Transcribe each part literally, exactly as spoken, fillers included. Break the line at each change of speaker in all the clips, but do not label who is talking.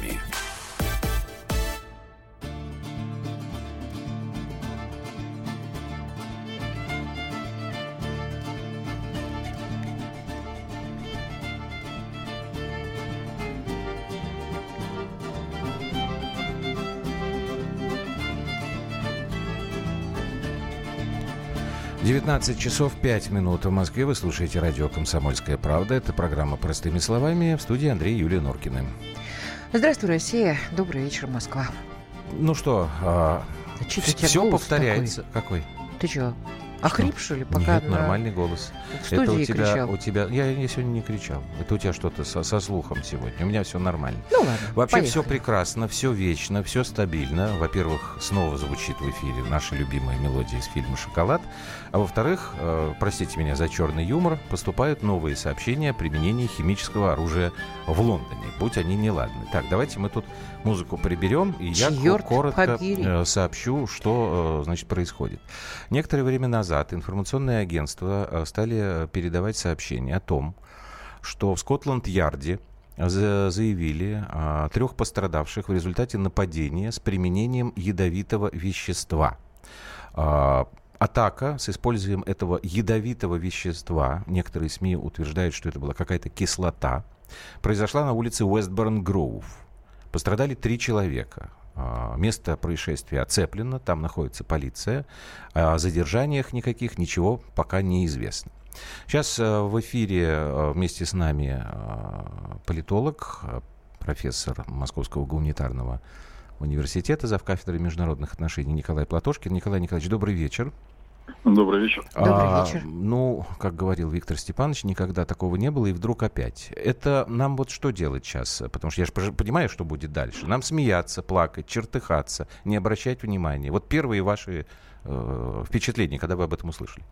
словами.
девятнадцать часов пять минут в Москве. Вы слушаете радио «Комсомольская правда». Это программа «Простыми словами». В студии Андрей, Юлия Норкины.
Здравствуй, Россия. Добрый вечер, Москва.
Ну что, а,
а
все повторяется. Такой? Какой?
Ты что, охрип, что ли? Пока
Нет,
на...
нормальный голос.
В студии
это у тебя,
кричал.
у тебя... Я, я сегодня не кричал. Это у тебя что-то со, со слухом сегодня. У меня все нормально.
Ну ладно,
Вообще
поехали.
все прекрасно, все вечно, все стабильно. Во-первых, снова звучит в эфире наша любимая мелодия из фильма «Шоколад». А во-вторых, э, простите меня за черный юмор, поступают новые сообщения о применении химического оружия в Лондоне. Будь они неладны. Так, давайте мы тут музыку приберем, и я
Черт
коротко
побери.
э, сообщу, что э, значит, происходит. Некоторое время назад информационные агентства э, стали передавать сообщения о том, что в Скотланд-Ярде за- заявили о трех пострадавших в результате нападения с применением ядовитого вещества. А, Атака с использованием этого ядовитого вещества, некоторые СМИ утверждают, что это была какая-то кислота, произошла на улице Уэстборн-Гроув. Пострадали три человека. Место происшествия оцеплено, там находится полиция. О задержаниях никаких, ничего пока не известно. Сейчас в эфире вместе с нами политолог, профессор Московского гуманитарного университета, завкафедрой международных отношений Николай Платошкин. Николай Николаевич, добрый вечер.
Добрый вечер.
Добрый
А,
вечер.
ну, как говорил Виктор Степанович, никогда такого не было, и вдруг опять. Это нам вот что делать сейчас? Потому что я же понимаю, что будет дальше. Нам смеяться, плакать, чертыхаться, не обращать внимания. Вот первые ваши э, впечатления, когда вы об этом услышали.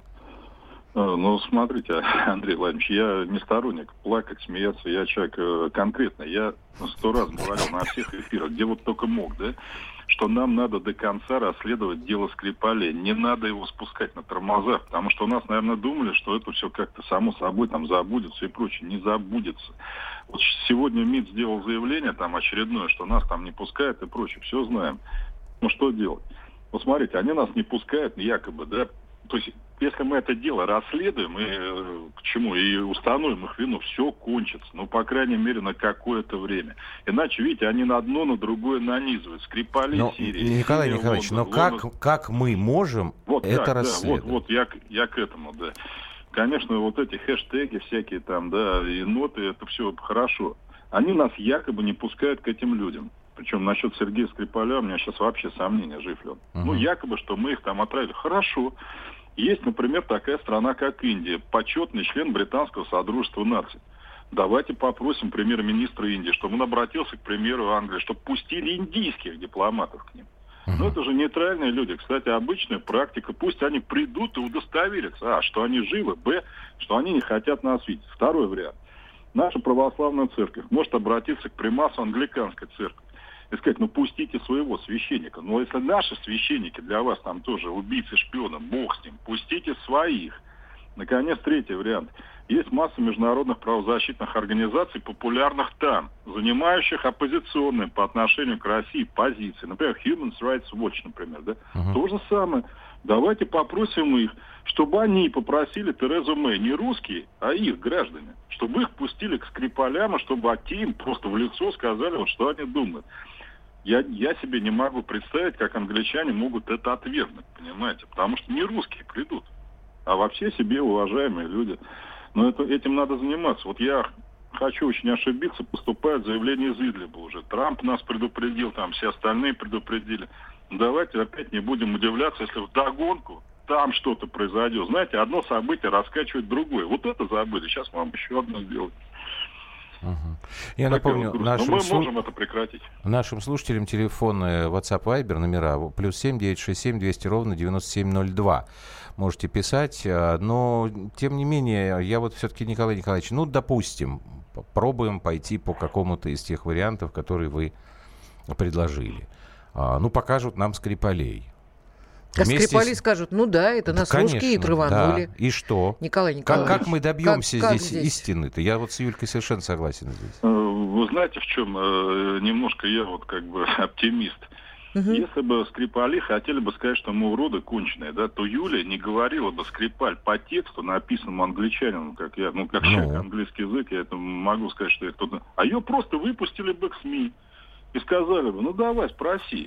Ну, смотрите, Андрей Владимирович, я не сторонник плакать, смеяться. Я человек э, конкретный. Я сто раз говорил на всех эфирах, где вот только мог, да, что нам надо до конца расследовать дело Скрипалей. Не надо его спускать на тормозах, потому что у нас, наверное, думали, что это все как-то само собой там забудется и прочее. Не забудется. Вот сегодня МИД сделал заявление там очередное, что нас там не пускают и прочее. Все знаем. Ну, что делать? Вот смотрите, они нас не пускают якобы, да. То есть, если мы это дело расследуем и э, к чему, и установим их вину, все кончится. Ну, по крайней мере, на какое-то время. Иначе, видите, они на одно, на другое нанизывают. Скрипали,
но,
Сирии.
Николай
Сирия,
Николаевич,
Лондон,
но как,
Лондон.
как мы можем
вот
это
как,
расследовать?
Да, вот, вот я, я к этому, да. Конечно, вот эти хэштеги всякие там, да, и ноты, это все хорошо. Они нас якобы не пускают к этим людям. Причем насчет Сергея Скрипаля у меня сейчас вообще сомнения, жив ли он. Uh-huh. Ну, якобы, что мы их там отправили. Хорошо. Есть, например, такая страна, как Индия, почетный член Британского Содружества наций. Давайте попросим премьер-министра Индии, чтобы он обратился к премьеру Англии, чтобы пустили индийских дипломатов к ним. Uh-huh. Ну, это же нейтральные люди. Кстати, обычная практика. Пусть они придут и удостоверятся, а, что они живы, б, что они не хотят нас видеть. Второй вариант. Наша православная церковь может обратиться к примасу англиканской церкви и сказать, ну пустите своего священника. Но если наши священники для вас там тоже убийцы, шпионы, бог с ним, пустите своих. Наконец, третий вариант. Есть масса международных правозащитных организаций, популярных там, занимающих оппозиционные по отношению к России позиции. Например, Human Rights Watch, например. Да? Uh-huh. То же самое. Давайте попросим их, чтобы они попросили Терезу Мэй, не русские, а их граждане, чтобы их пустили к Скрипалям, и чтобы те им просто в лицо сказали, вот, что они думают. Я, я себе не могу представить, как англичане могут это отвергнуть, понимаете? Потому что не русские придут, а вообще себе уважаемые люди. Но это, этим надо заниматься. Вот я хочу очень ошибиться, поступает заявление из Идлиба уже. Трамп нас предупредил, там все остальные предупредили. Давайте опять не будем удивляться, если вдогонку там что-то произойдет. Знаете, одно событие раскачивает другое. Вот это забыли, сейчас вам еще одно сделать.
Угу. Я так напомню, нашим,
мы
слу...
можем это прекратить.
Нашим слушателям телефоны WhatsApp, Viber, номера плюс семь девятьсот шестьдесят семь двести ровно девяносто семь ноль два. Можете писать, но тем не менее, я вот все-таки, Николай Николаевич, ну, допустим, попробуем пойти по какому-то из тех вариантов, которые вы предложили. А, ну, покажут нам Скрипалей.
А Скрипали
с...
скажут, ну да, это
да,
нас
конечно,
русские траванули.
Да. И что?
Николай Николаевич.
Как, как мы добьемся
как,
здесь,
как здесь
истины-то? Я вот с Юлькой совершенно согласен здесь.
вы знаете, в чем э, немножко я вот как бы оптимист. Угу. Если бы Скрипали хотели бы сказать, что мы уроды конченые, да, то Юля не говорила бы Скрипаль по тексту, написанному англичанином, как я, ну, как человек, английский язык, я это могу сказать, что я кто-то... А ее просто выпустили бы к СМИ и сказали бы, ну, давай, спроси.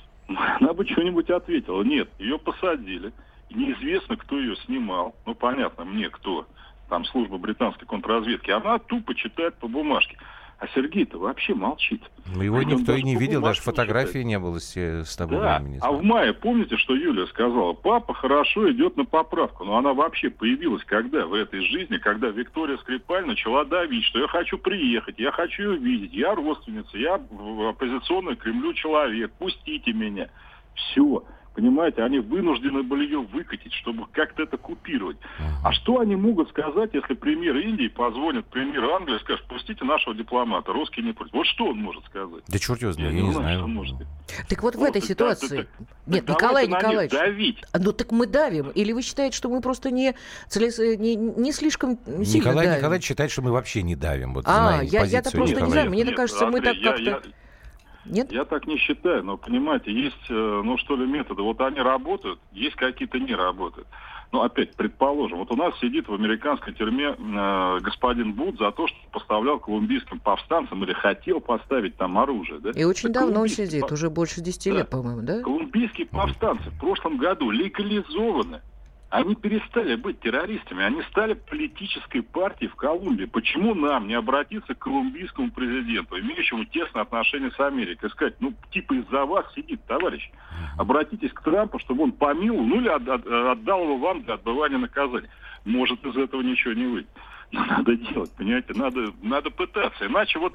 Она бы что-нибудь ответила. Нет, ее посадили. Неизвестно, кто ее снимал. Ну, понятно, мне кто. Там служба британской контрразведки. Она тупо читает по бумажке. А Сергей-то вообще молчит.
Его он никто и не видел, даже фотографии не было с, с того
да.
времени.
А в мае, помните, что Юля сказала? Папа хорошо идет на поправку. Но она вообще появилась когда в этой жизни, когда Виктория Скрипаль начала давить, что я хочу приехать, я хочу ее видеть, я родственница, я оппозиционный Кремлю человек, пустите меня. Все. Понимаете, они вынуждены были ее выкатить, чтобы как-то это купировать. А что они могут сказать, если премьер Индии позвонит премьеру Англии и скажет, пустите нашего дипломата, русские не против. Вот что он может сказать?
Да черт его знает, я, я не знаю.
знаю. Что
так вот, вот в этой ситуации...
Так, так,
Нет,
так
Николай Николаевич...
давить.
Ну так мы давим. Или вы считаете, что мы просто не, целес... не, не слишком сильно
Николай
давим?
Николаевич считает, что мы вообще не давим. Вот,
а,
знаете,
я, я-то просто
Николая.
не знаю. Мне
нет,
кажется,
Андрей,
мы так
я,
как-то...
Я...
Нет?
Я так не считаю, но, понимаете, есть, ну, что ли, методы. Вот они работают, есть какие-то не работают. Ну, опять, предположим, вот у нас сидит в американской тюрьме э, господин Бут за то, что поставлял колумбийским повстанцам или хотел поставить там оружие. Да?
И очень
так
давно он сидит,
по...
уже больше десяти
да.
лет, по-моему, да?
Колумбийские повстанцы в прошлом году легализованы. Они перестали быть террористами, они стали политической партией в Колумбии. Почему нам не обратиться к колумбийскому президенту, имеющему тесное отношение с Америкой, и сказать, ну, типа из-за вас сидит товарищ, обратитесь к Трампу, чтобы он помиловал, ну, или от, от, отдал его вам для отбывания наказания. Может, из этого ничего не выйдет. Но надо делать, понимаете, надо, надо пытаться, иначе вот...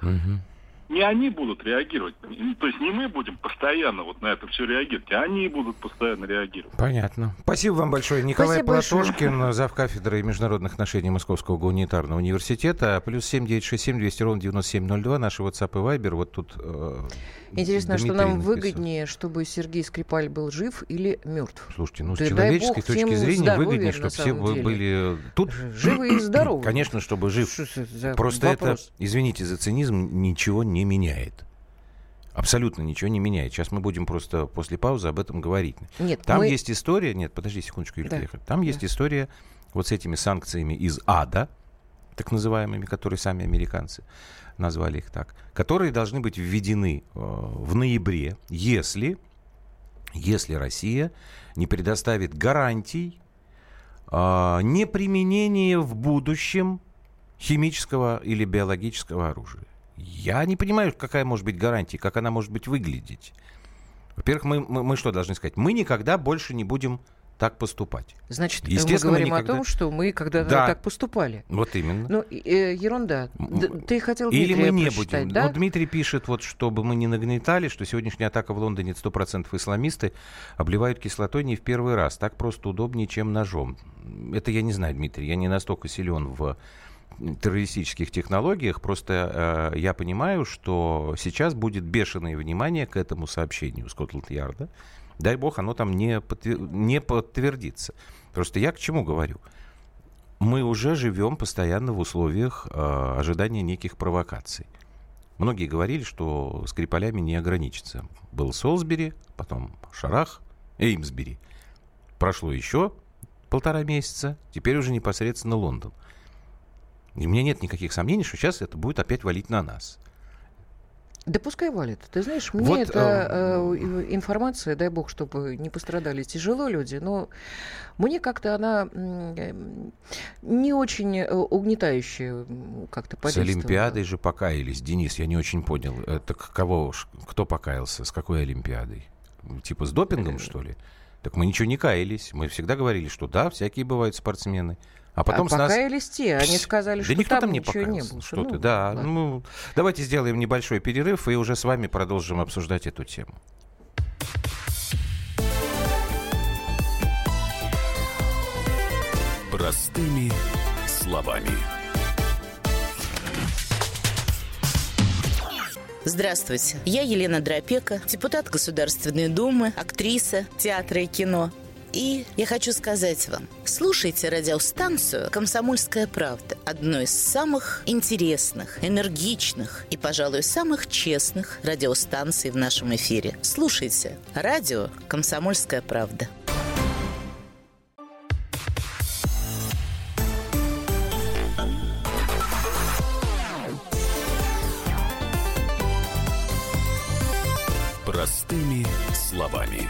Не они будут реагировать, то есть не мы будем постоянно вот на это все реагировать, а они будут постоянно реагировать.
Понятно. Спасибо вам большое. Николай
Спасибо
Платошкин,
большое.
Завкафедрой международных отношений Московского гуманитарного университета. Плюс семь девятьсот шестьдесят семь двести ровно девяносто семь ноль два. Наши WhatsApp и Viber. Вот тут э,
Интересно,
Дмитрий
что нам
написал.
выгоднее, чтобы Сергей Скрипаль был жив или мертв?
Слушайте, ну,
да
с человеческой точки зрения
здоровья,
выгоднее, чтобы все
деле.
были тут...
Живы и здоровы.
Конечно, чтобы жив. Просто
вопрос?
это, извините за цинизм, ничего не меняет. Абсолютно ничего не меняет. Сейчас мы будем просто после паузы об этом говорить.
Нет,
Там
мы...
есть история... Нет, подожди секундочку, Юлия,
да.
поехали. Там
да.
есть история вот с этими санкциями из ада, так называемыми, которые сами американцы назвали их так, которые должны быть введены э, в ноябре, если, если Россия не предоставит гарантий э, неприменения в будущем химического или биологического оружия. Я не понимаю, какая может быть гарантия, как она может быть выглядеть. Во-первых, мы, мы, мы что должны сказать? Мы никогда больше не будем так поступать.
Значит, мы говорим никогда... о том, что мы когда-то да. так поступали.
Вот именно.
Ну, э, ерунда. Д- ты хотел Дмитрия
Или мы не
прочитать,
будем.
да?
Вот Дмитрий пишет, вот, чтобы мы не нагнетали, что сегодняшняя атака в Лондоне сто процентов исламисты обливают кислотой не в первый раз. Так просто удобнее, чем ножом. Это я не знаю, Дмитрий. Я не настолько силен в террористических технологиях. Просто э, я понимаю, что сейчас будет бешеное внимание к этому сообщению Скотланд-Ярда. Дай бог, оно там не, подтвер... не подтвердится. Просто я к чему говорю? Мы уже живем постоянно в условиях э, ожидания неких провокаций. Многие говорили, что Скрипалями не ограничится. Был Солсбери, потом Шарах, Эймсбери. Прошло еще полтора месяца, теперь уже непосредственно Лондон. И у меня нет никаких сомнений, что сейчас это будет опять валить на нас.
Да пускай валит. Ты знаешь, мне
вот,
эта э, информация, дай бог, чтобы не пострадали тяжело люди, но мне как-то она э, не очень угнетающая как-то подействовала.
С Олимпиадой же покаялись. Денис, я не очень понял. Это кого, кто покаялся? С какой Олимпиадой? Типа с допингом, что ли? Так мы ничего не каялись. Мы всегда говорили, что да, всякие бывают спортсмены. А потом
а
с нас...
покаялись те, они сказали,
да
что
никто
там,
там не
ничего
покаялся.
не было.
Что
ну,
ты, да.
ладно.
Ну, давайте сделаем небольшой перерыв и уже с вами продолжим обсуждать эту тему.
Простыми словами.
Здравствуйте, я Елена Дропека, депутат Государственной Думы, актриса театра и кино. И я хочу сказать вам, слушайте радиостанцию «Комсомольская правда», одну из самых интересных, энергичных и, пожалуй, самых честных радиостанций в нашем эфире. Слушайте радио «Комсомольская правда».
Простыми словами.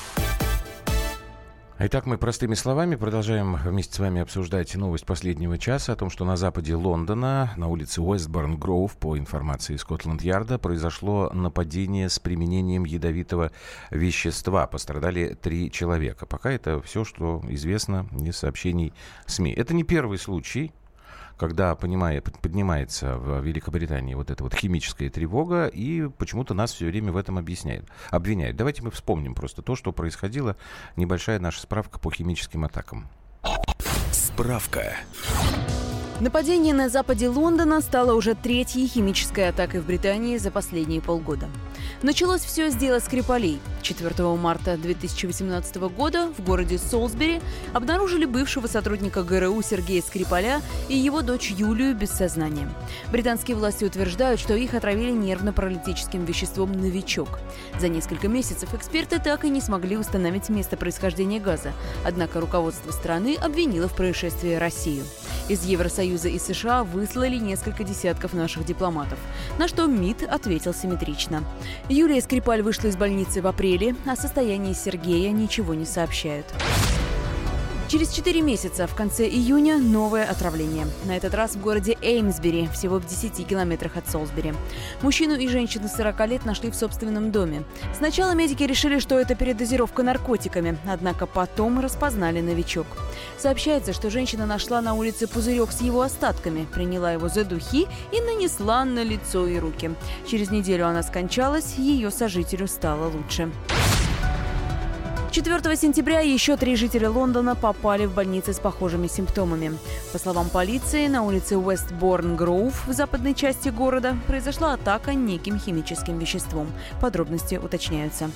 Итак, мы простыми словами продолжаем вместе с вами обсуждать новость последнего часа о том, что на западе Лондона, на улице Уэстборн-Гроув, по информации Скотланд-Ярда, произошло нападение с применением ядовитого вещества. Пострадали три человека. Пока это все, что известно из сообщений СМИ. Это не первый случай, когда понимая, поднимается в Великобритании вот эта вот химическая тревога, и почему-то нас все время в этом объясняют, обвиняют. Давайте мы вспомним просто то, что происходило. Небольшая наша справка по химическим атакам.
Справка.
Нападение на западе Лондона стало уже третьей химической атакой в Британии за последние полгода. Началось все с дела Скрипалей. четвёртого марта две тысячи восемнадцатого года в городе Солсбери обнаружили бывшего сотрудника ГРУ Сергея Скрипаля и его дочь Юлию без сознания. Британские власти утверждают, что их отравили нервно-паралитическим веществом «Новичок». За несколько месяцев эксперты так и не смогли установить место происхождения газа. Однако руководство страны обвинило в происшествии Россию. Из Евросоюза и США выслали несколько десятков наших дипломатов, на что МИД ответил симметрично. Юлия Скрипаль вышла из больницы в апреле, о состоянии Сергея ничего не сообщают. Через четыре месяца, в конце июня, новое отравление. На этот раз в городе Эймсбери, всего в десяти километрах от Солсбери. Мужчину и женщину сорока лет нашли в собственном доме. Сначала медики решили, что это передозировка наркотиками, однако потом распознали новичок. Сообщается, что женщина нашла на улице пузырек с его остатками, приняла его за духи и нанесла на лицо и руки. Через неделю она скончалась, ее сожителю стало лучше. четвёртого сентября еще три жителя Лондона попали в больницы с похожими симптомами. По словам полиции, на улице Уэстборн-Гроув в западной части города произошла атака неким химическим веществом. Подробности уточняются.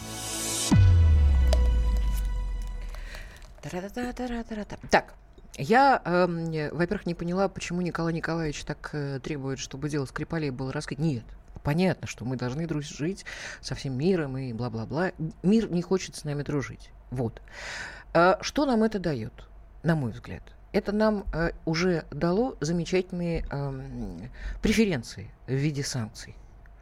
Так, я, э, во-первых, не поняла, почему Николай Николаевич так э, требует, чтобы дело Скрипалей было раскрыто. Нет. Понятно, что мы должны дружить со всем миром и бла-бла-бла. Мир не хочет с нами дружить. Вот. А что нам это дает, на мой взгляд? Это нам э, уже дало замечательные э, преференции в виде санкций.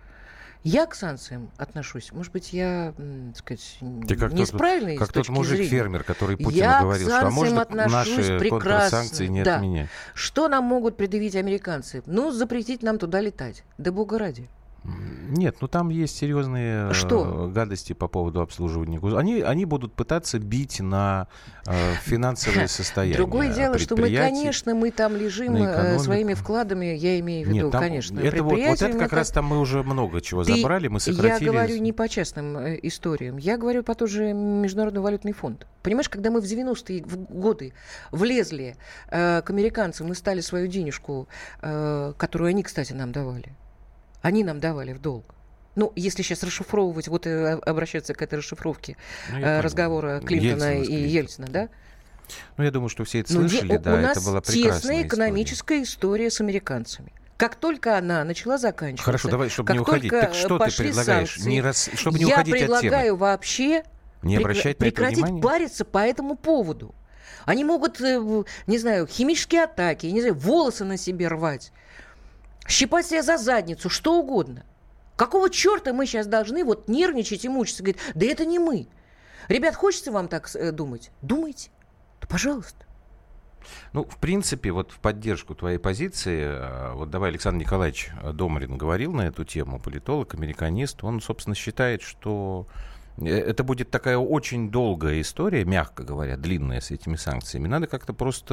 Я к санкциям отношусь, может быть, я, так сказать, не с правильной
как
с точки
тот мужик-фермер, который Путину
я
говорил, что а можно наши
прекрасно.
контрсанкции не
да.
отменять.
Что нам могут предъявить американцы? Ну, запретить нам туда летать. Да бога ради.
Нет, ну там есть серьезные
Что?
гадости по поводу обслуживания. Они, они будут пытаться бить на э, финансовое состояние.
Другое дело, что мы, конечно, мы там лежим своими вкладами, я имею в виду,
Нет, там,
конечно,
это вот, вот это как
это...
раз там мы уже много чего
Ты...
забрали, мы сократили.
Я говорю не по частным э, историям, я говорю по тот же Международный валютный фонд. Понимаешь, когда мы в девяностые годы влезли э, к американцам и стали свою денежку, э, которую они, кстати, нам давали, они нам давали в долг. Ну, если сейчас расшифровывать, вот э, обращаться к этой расшифровке ну, э, разговора Клинтона Ельцина и Ельцина, да?
Ну, я думаю, что все это
ну,
слышали,
у,
да,
у нас
это была прекрасная
тесная экономическая история с американцами. Как только она начала заканчиваться...
Хорошо, давай, чтобы не уходить. Так что ты предлагаешь?
Санкции,
не рас... Чтобы не
я
уходить от темы.
Я предлагаю вообще
не обращать
прекра- прекратить
внимания?
париться по этому поводу. Они могут, не знаю, химические атаки, не знаю, волосы на себе рвать, щипать себя за задницу, что угодно. Какого черта мы сейчас должны вот нервничать и мучиться? Говорит, да это не мы. Ребят, хочется вам так э, думать? Думайте. Да пожалуйста.
Ну, в принципе, вот в поддержку твоей позиции, вот давай Александр Николаевич Домрин говорил на эту тему, политолог, американист, он, собственно, считает, что это будет такая очень долгая история, мягко говоря, длинная с этими санкциями. Надо как-то просто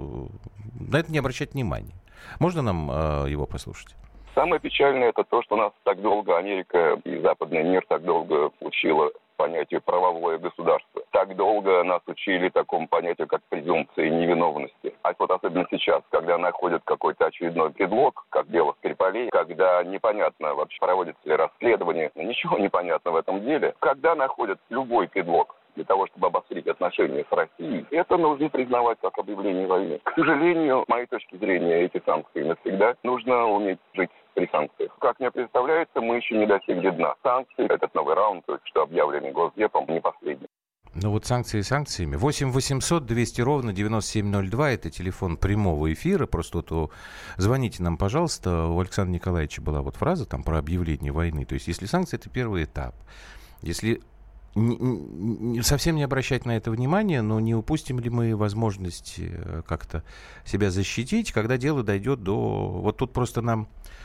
на это не обращать внимания. Можно нам э, его послушать?
Самое печальное это то, что нас так долго Америка и западный мир так долго учила понятию правовое государство. Так долго нас учили такому понятию, как презумпция невиновности. А вот особенно сейчас, когда находят какой-то очередной предлог, как дело Скрипалей, когда непонятно вообще проводится ли расследование, ничего не понятно в этом деле. Когда находят любой предлог для того, чтобы обострить отношения с Россией, это нужно признавать как объявление войны. К сожалению, с моей точки зрения, эти санкции навсегда. Нужно уметь жить при санкциях. Как мне представляется, мы еще не достигли дна. Санкции, этот новый раунд, только что объявленный Госдепом, не последний.
Ну вот санкции санкциями. восемь восемьсот двести ровно девяносто семь ноль два. Это телефон прямого эфира. Просто вот звоните нам, пожалуйста. У Александра Николаевича была вот фраза там про объявление войны. То есть если санкции — это первый этап. Если не, не, совсем не обращать на это внимание, но не упустим ли мы возможность как-то себя защитить, когда дело дойдет до... Вот тут просто нам...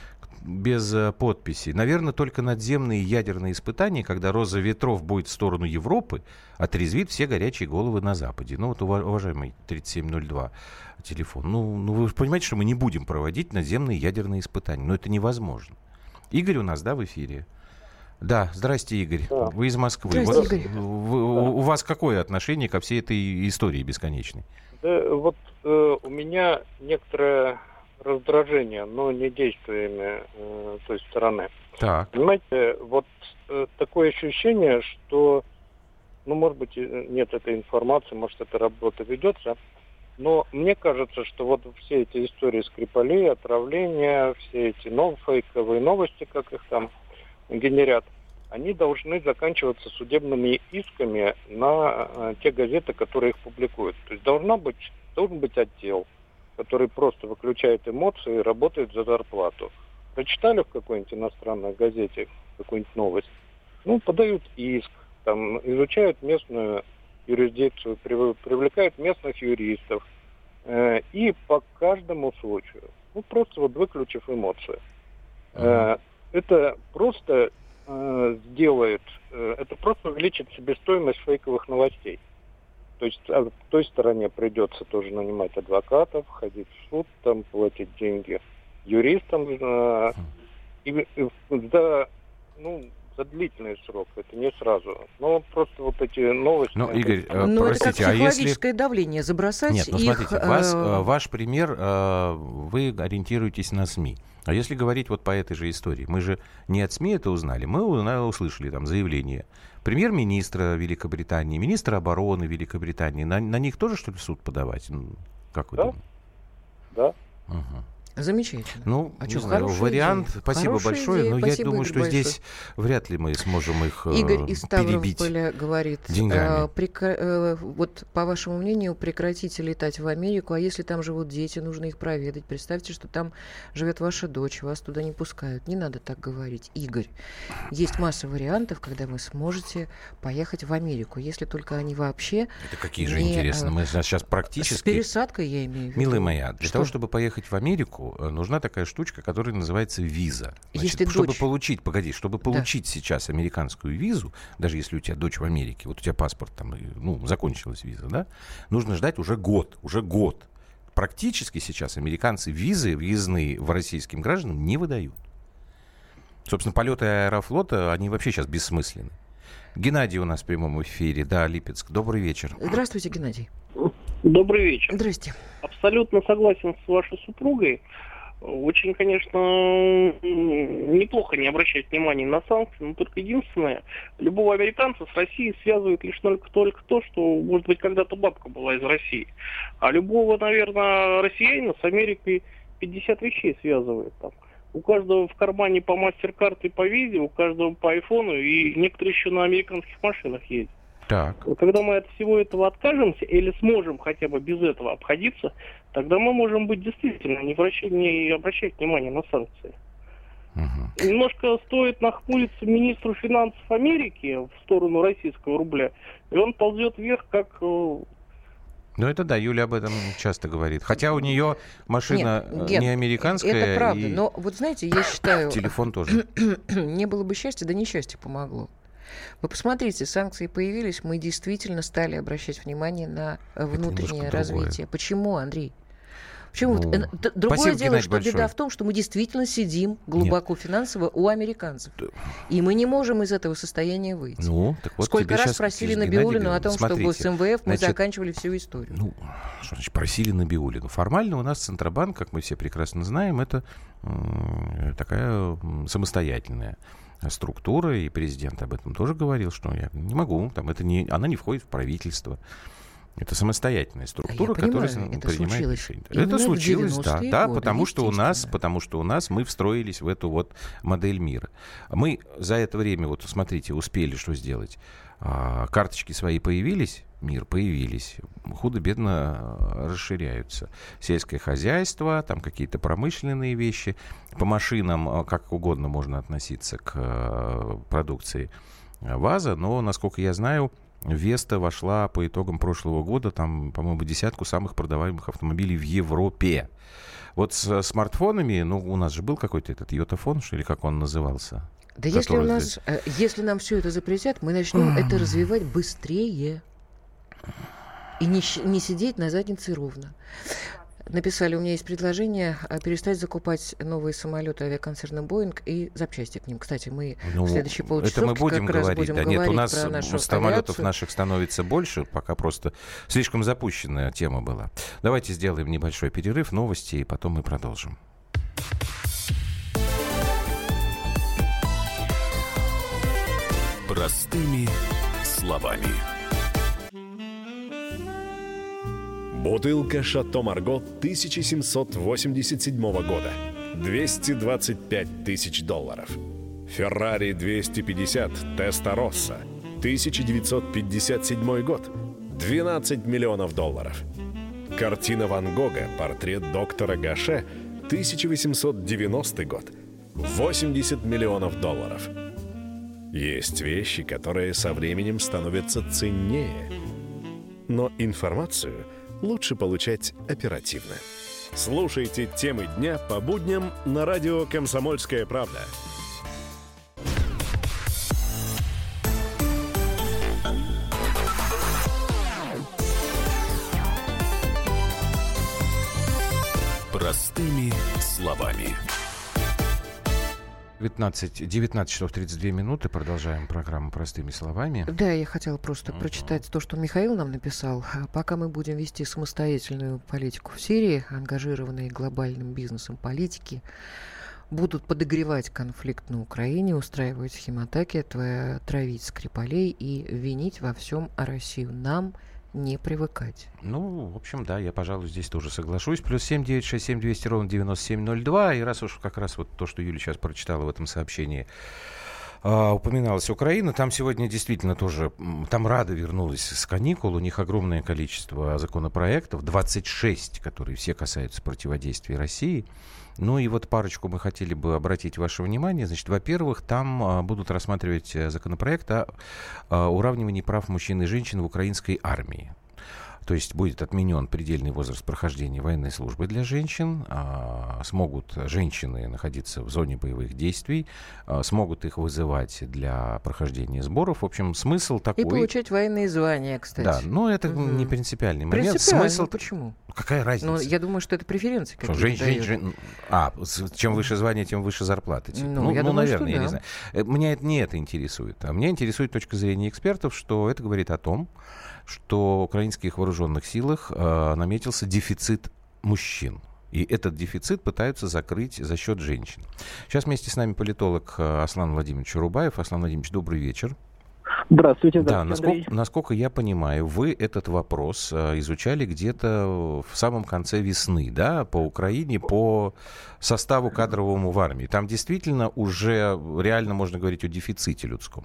без подписи. Наверное, только надземные ядерные испытания, когда роза ветров будет в сторону Европы, отрезвит все горячие головы на Западе. Ну вот, уважаемый тридцать семь ноль два телефон, ну, ну вы же понимаете, что мы не будем проводить надземные ядерные испытания. Но это невозможно. Игорь у нас, да, в эфире? Да, здрасте, Игорь. Да. Вы из Москвы.
Здрасте,
вот,
Игорь.
Вы, да. У вас какое отношение ко всей этой истории бесконечной?
Да, вот э, у меня некоторое раздражение, но не действиями э, той стороны.
Так.
Понимаете, вот э, такое ощущение, что, ну, может быть, нет этой информации, может, эта работа ведется, но мне кажется, что вот все эти истории Скрипалей, отравления, все эти новые фейковые новости, как их там генерят, они должны заканчиваться судебными исками на э, те газеты, которые их публикуют. То есть должна быть, должен быть отдел, который просто выключает эмоции и работает за зарплату. Прочитали в какой-нибудь иностранной газете какую-нибудь новость, ну, подают иск, там, изучают местную юрисдикцию, привлекают местных юристов, э, и по каждому случаю, ну, просто вот выключив эмоции. Э, это просто э, сделает, э, это просто увеличит себестоимость фейковых новостей. То есть а, в той стороне придется тоже нанимать адвокатов, ходить в суд, там, платить деньги юристам, э, и, и за, ну, за длительный срок, это не сразу. Но просто вот эти новости...
Ну, Игорь, э,
ну,
простите,
это как
а
психологическое
если...
давление, забросать
Нет, ну,
их...
смотрите, вас,
э...
ваш пример, э, вы ориентируетесь на СМИ. А если говорить вот по этой же истории, мы же не от СМИ это узнали, мы услышали там заявление премьер-министра Великобритании, министра обороны Великобритании. На, на них тоже, что ли, в суд подавать? Так вы
да?
думаете?
Да.
Угу.
Замечательно.
Ну,
а
не
что,
знаю, вариант,
идея.
спасибо
Хорошая
большое,
идея.
но
Спасибо,
я думаю,
Игорь,
что
большое.
Здесь вряд ли мы сможем их э,
Игорь из
перебить
Ставрополя говорит,
деньгами.
Э, прекра... э, вот по вашему мнению, прекратите летать в Америку, а если там живут дети, нужно их проведать. Представьте, что там живет ваша дочь, вас туда не пускают. Не надо так говорить. Игорь, есть масса вариантов, когда вы сможете поехать в Америку, если только они вообще...
Это какие же
не,
интересно, мы сейчас практически...
С пересадкой я имею в виду.
Милая моя, для
что?
того, чтобы поехать в Америку, нужна такая штучка, которая называется виза. Значит,
если
чтобы
дочь...
получить, погоди, чтобы получить
да.
сейчас американскую визу, даже если у тебя дочь в Америке, вот у тебя паспорт там, ну, закончилась виза, да, нужно ждать уже год, уже год. Практически сейчас американцы визы въездные в российским гражданам не выдают. Собственно, полеты Аэрофлота, они вообще сейчас бессмысленны. Геннадий у нас в прямом эфире, да, Липецк. Добрый вечер.
Здравствуйте, Геннадий.
Добрый вечер.
Здрасте.
Абсолютно согласен с вашей супругой. Очень, конечно, неплохо не обращать внимания на санкции, но только единственное, любого американца с Россией связывает лишь только, только то, что, может быть, когда-то бабка была из России. А любого, наверное, россиянина с Америкой пятьдесят вещей связывает там. У каждого в кармане по MasterCard и по визе, у каждого по айфону, и некоторые еще на американских машинах ездят.
Так.
Когда мы от всего этого откажемся или сможем хотя бы без этого обходиться, тогда мы можем быть действительно не, вращать, не обращать внимания на санкции.
Угу.
Немножко стоит нахмуриться министру финансов Америки в сторону российского рубля, и он ползет вверх, как...
Ну, это да, Юля об этом часто говорит. Хотя у нее машина
Нет, Ген,
не американская.
Это правда,
и...
но вот знаете, я считаю...
Телефон тоже.
Не было бы счастья, да несчастье помогло. Вы посмотрите, санкции появились, мы действительно стали обращать внимание на внутреннее развитие. Почему, Андрей? Почему?
Ну,
вот, другое
спасибо,
дело,
Геннадий,
что
большое.
беда в том, что мы действительно сидим глубоко Нет. финансово у американцев.
Да.
И мы не можем из этого состояния выйти.
Ну, так вот
Сколько раз просили Набиуллину о том,
смотрите,
чтобы с эм вэ эф мы
значит,
заканчивали всю историю.
Ну, что значит просили Набиуллину? Формально у нас Центробанк, как мы все прекрасно знаем, это э, такая самостоятельная структура, и президент об этом тоже говорил, что я не могу, там, это не, она не входит в правительство. Это самостоятельная структура,
я понимаю,
которая
это
принимает решения.
Именно
Это случилось, да, да,
годы,
потому что у нас, потому что у нас мы встроились в эту вот модель мира. Мы за это время, вот смотрите, успели что сделать. А, карточки свои появились, мир появились, худо-бедно расширяются. Сельское хозяйство, там какие-то промышленные вещи. По машинам как угодно можно относиться к продукции ВАЗа, но, насколько я знаю, Веста вошла по итогам прошлого года, там, по-моему, в десятку самых продаваемых автомобилей в Европе. Вот с смартфонами, ну, у нас же был какой-то этот йотафон, что ли, как он назывался?
Да если у нас, э, если нам все это запретят, мы начнем это развивать быстрее. И не, не сидеть на заднице ровно. Написали, у меня есть предложение перестать закупать новые самолеты авиаконцерна «Боинг» и запчасти к ним. Кстати, мы ну, в следующие полчасовки
это мы будем
как раз
говорить.
будем
да
говорить
нет, у нас
про нашу
самолетов
авиацию.
Наших становится больше, пока просто слишком запущенная тема была. Давайте сделаем небольшой перерыв, новости, и потом мы продолжим.
Простыми словами.
Бутылка «Шато Марго» тысяча семьсот восемьдесят седьмого года. двести двадцать пять тысяч долларов. «Феррари двести пятьдесят» «Теста-Росса» тысяча девятьсот пятьдесят седьмой год. двенадцать миллионов долларов. Картина Ван Гога «Портрет доктора Гаше» тысяча восемьсот девяностый год. восемьдесят миллионов долларов. Есть вещи, которые со временем становятся ценнее. Но информацию лучше получать оперативно. Слушайте темы дня по будням на радио «Комсомольская правда».
Простыми словами.
девятнадцать, девятнадцать часов тридцать две минуты. Продолжаем программу «Простыми словами».
Да, я хотела просто uh-huh. прочитать то, что Михаил нам написал. Пока мы будем вести самостоятельную политику в Сирии, ангажированные глобальным бизнесом политики будут подогревать конфликт на Украине, устраивать химатаки, травить Скрипалей и винить во всем Россию. Нам не привыкать.
Ну, в общем, да, я, пожалуй, здесь тоже соглашусь. Плюс семь девять шесть семь двести ровно девяносто семь ноль два. И раз уж как раз вот то, что Юля сейчас прочитала в этом сообщении, Uh, упоминалась Украина. Там сегодня действительно тоже, там Рада вернулась с каникул. У них огромное количество законопроектов, двадцать шесть, которые все касаются противодействия России. Ну и вот парочку мы хотели бы обратить ваше внимание. Значит, во-первых, там uh, будут рассматривать законопроект о uh, уравнивании прав мужчин и женщин в украинской армии. То есть будет отменен предельный возраст прохождения военной службы для женщин. А, смогут женщины находиться в зоне боевых действий, а, смогут их вызывать для прохождения сборов. В общем, смысл такой...
И получать военные звания, кстати.
Да, но это угу. не принципиальный момент.
Принципиально,
смысл...
почему?
Какая разница?
Ну, я думаю, что это преференции какие-то
жен...
дают.
Жен... А, чем выше звание, тем выше зарплата. Типа.
Ну,
ну,
я
ну
думаю,
наверное,
что
я
да.
не знаю. Меня это, не это интересует. А меня интересует точка зрения экспертов, что это говорит о том, что в украинских вооруженных силах э, наметился дефицит мужчин. И этот дефицит пытаются закрыть за счет женщин. Сейчас вместе с нами политолог Аслан Владимирович Урубаев. Аслан Владимирович, добрый вечер.
Здравствуйте,
да,
здравствуйте,
насколько, насколько я понимаю, вы этот вопрос э, изучали где-то в самом конце весны, да, по Украине, по составу кадровому в армии. Там действительно уже реально можно говорить о дефиците людском.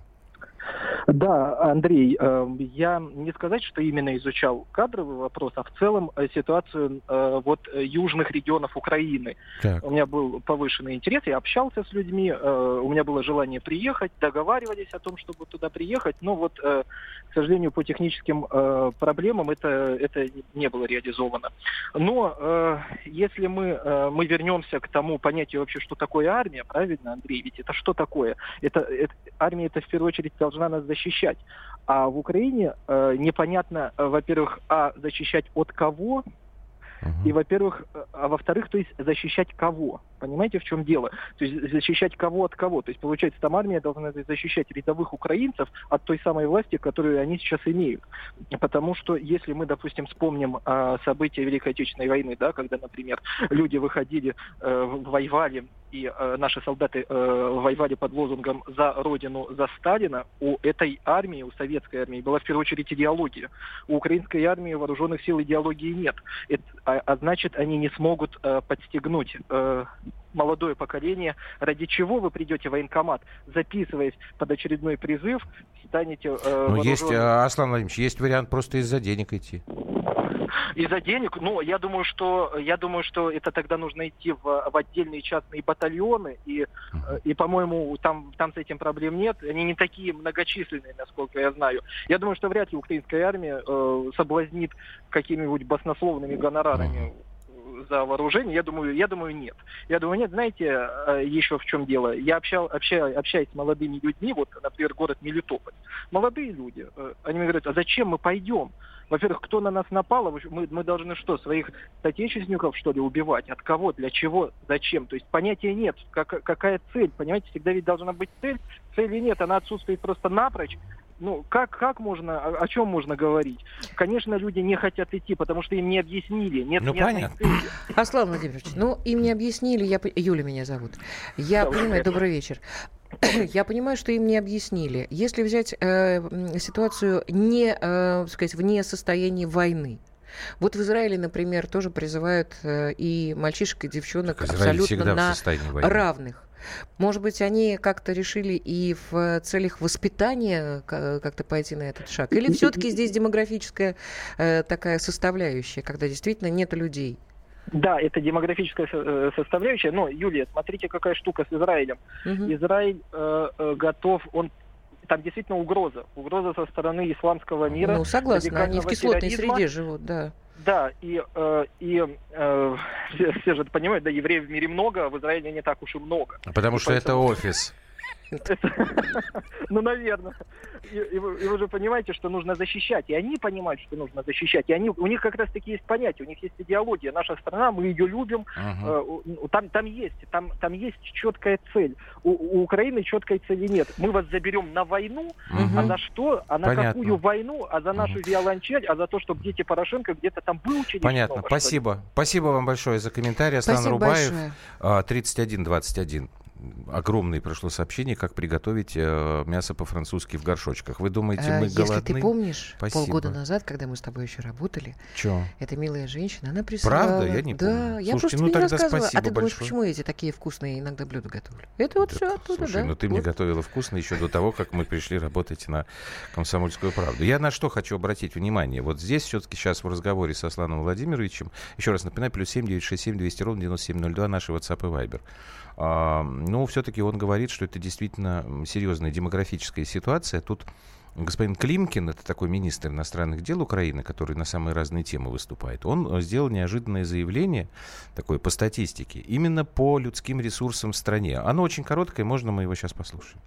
Да, Андрей, я не сказать, что именно изучал кадровый вопрос, а в целом ситуацию вот южных регионов Украины. Так. У меня был повышенный интерес, я общался с людьми, у меня было желание приехать, договаривались о том, чтобы туда приехать, но вот, к сожалению, по техническим проблемам это, это не было реализовано. Но если мы, мы вернемся к тому понятию вообще, что такое армия, правильно, Андрей, ведь это что такое? Это, это, армия это в первую очередь должна нас защищать. А в Украине э, непонятно, э, во-первых, а защищать от кого, uh-huh. и, во-первых, а во-вторых, то есть защищать кого. Понимаете, в чем дело? То есть защищать кого от кого? То есть, получается, там армия должна защищать рядовых украинцев от той самой власти, которую они сейчас имеют. Потому что если мы, допустим, вспомним э, события Великой Отечественной войны, да, когда, например, люди выходили, э, воевали, и э, наши солдаты э, воевали под лозунгом «За Родину, за Сталина», у этой армии, у советской армии была в первую очередь идеология. У украинской армии вооруженных сил идеологии нет. Это, а, а значит, они не смогут э, подстегнуть э, молодое поколение. Ради чего вы придете в военкомат, записываясь под очередной призыв, станете э,
ну,
вооруженным...
есть, Аслан Владимирович, есть вариант просто из-за денег идти.
Из-за денег, ну, я думаю, что я думаю, что это тогда нужно идти в, в отдельные частные батальоны, и, и по-моему, там, там с этим проблем нет. Они не такие многочисленные, насколько я знаю. Я думаю, что вряд ли украинская армия э, соблазнит какими-нибудь баснословными гонорарами за вооружение. Я думаю, я думаю, нет. Я думаю, нет. Знаете, еще в чем дело? Я общал, общаюсь, общаюсь с молодыми людьми, вот, например, город Мелитополь. Молодые люди, они мне говорят, а зачем мы пойдем? Во-первых, кто на нас напал? Мы, мы должны что, своих соотечественников, что ли, убивать? От кого? Для чего? Зачем? То есть понятия нет. Как, какая цель? Понимаете, всегда ведь должна быть цель. Цели нет, она отсутствует просто напрочь. Ну, как, как можно, о, о чем можно говорить? Конечно, люди не хотят идти, потому что им не объяснили. Нет,
ну, понятно.
Цели. Аслан Владимирович, ну, им не объяснили. Я... Юля меня зовут. Я да, понимаю, добрый вечер. Я понимаю, что им не объяснили. Если взять э, ситуацию не, э, сказать, вне состояния войны, вот в Израиле, например, тоже призывают э, и мальчишек, и девчонок абсолютно на равных. Может быть, они как-то решили и в целях воспитания как-то пойти на этот шаг? Или все-таки здесь демографическая э, такая составляющая, когда действительно нет людей?
Да, это демографическая составляющая, но, Юлия, смотрите, какая штука с Израилем. Угу. Израиль э, э, готов, он там действительно угроза. Угроза со стороны исламского мира.
Ну, согласна, они в кислотной терроризма. Среде живут, да.
Да, и, э, и э, все, все же понимают, да, евреев в мире много, а в Израиле не так уж и много.
Потому что это офис.
Ну, наверное. И, и, вы, и вы же понимаете, что нужно защищать. И они понимают, что нужно защищать. И они, у них как раз-таки есть понятие, у них есть идеология. Наша страна, мы ее любим. Uh-huh. Э, там, там, есть, там, там есть четкая цель. У, у Украины четкой цели нет. Мы вас заберем на войну, uh-huh. а за что? А на Понятно. Какую войну? А за нашу uh-huh. виолончель? А за то, чтобы дети Порошенко где-то там выучились?
Понятно.
Снова,
Спасибо. Спасибо вам большое за комментарий. Аслан Рубаев, большое. тридцать один двадцать один. Огромное пришло сообщение, как приготовить э, мясо по-французски в горшочках. Вы думаете, мы
Если
голодны?
Если ты помнишь,
Спасибо.
Полгода назад, когда мы с тобой еще работали,
Чё?
эта милая женщина, она присылала...
Правда? Я не помню.
Да, я
Слушайте,
просто
ну
не
тогда
рассказывала.
спасибо
А ты думаешь,
большое.
почему я эти такие вкусные иногда блюда готовлю? Это вот да, все оттуда,
слушай,
да?
ну ты
вот.
мне готовила вкусно еще до того, как мы пришли работать на «Комсомольскую правду». Я на что хочу обратить внимание. Вот здесь все-таки сейчас в разговоре с Асланом Владимировичем, еще раз напоминаю, плюс семь девятьсот шестьдесят семь двести ровно девяносто семь ноль два, наши WhatsApp и Viber. А, ну, все-таки он говорит, что это действительно серьезная демографическая ситуация. Тут господин Климкин, это такой министр иностранных дел Украины, который на самые разные темы выступает, он сделал неожиданное заявление, такое по статистике, именно по людским ресурсам в стране. Оно очень короткое, можно мы его сейчас послушаем.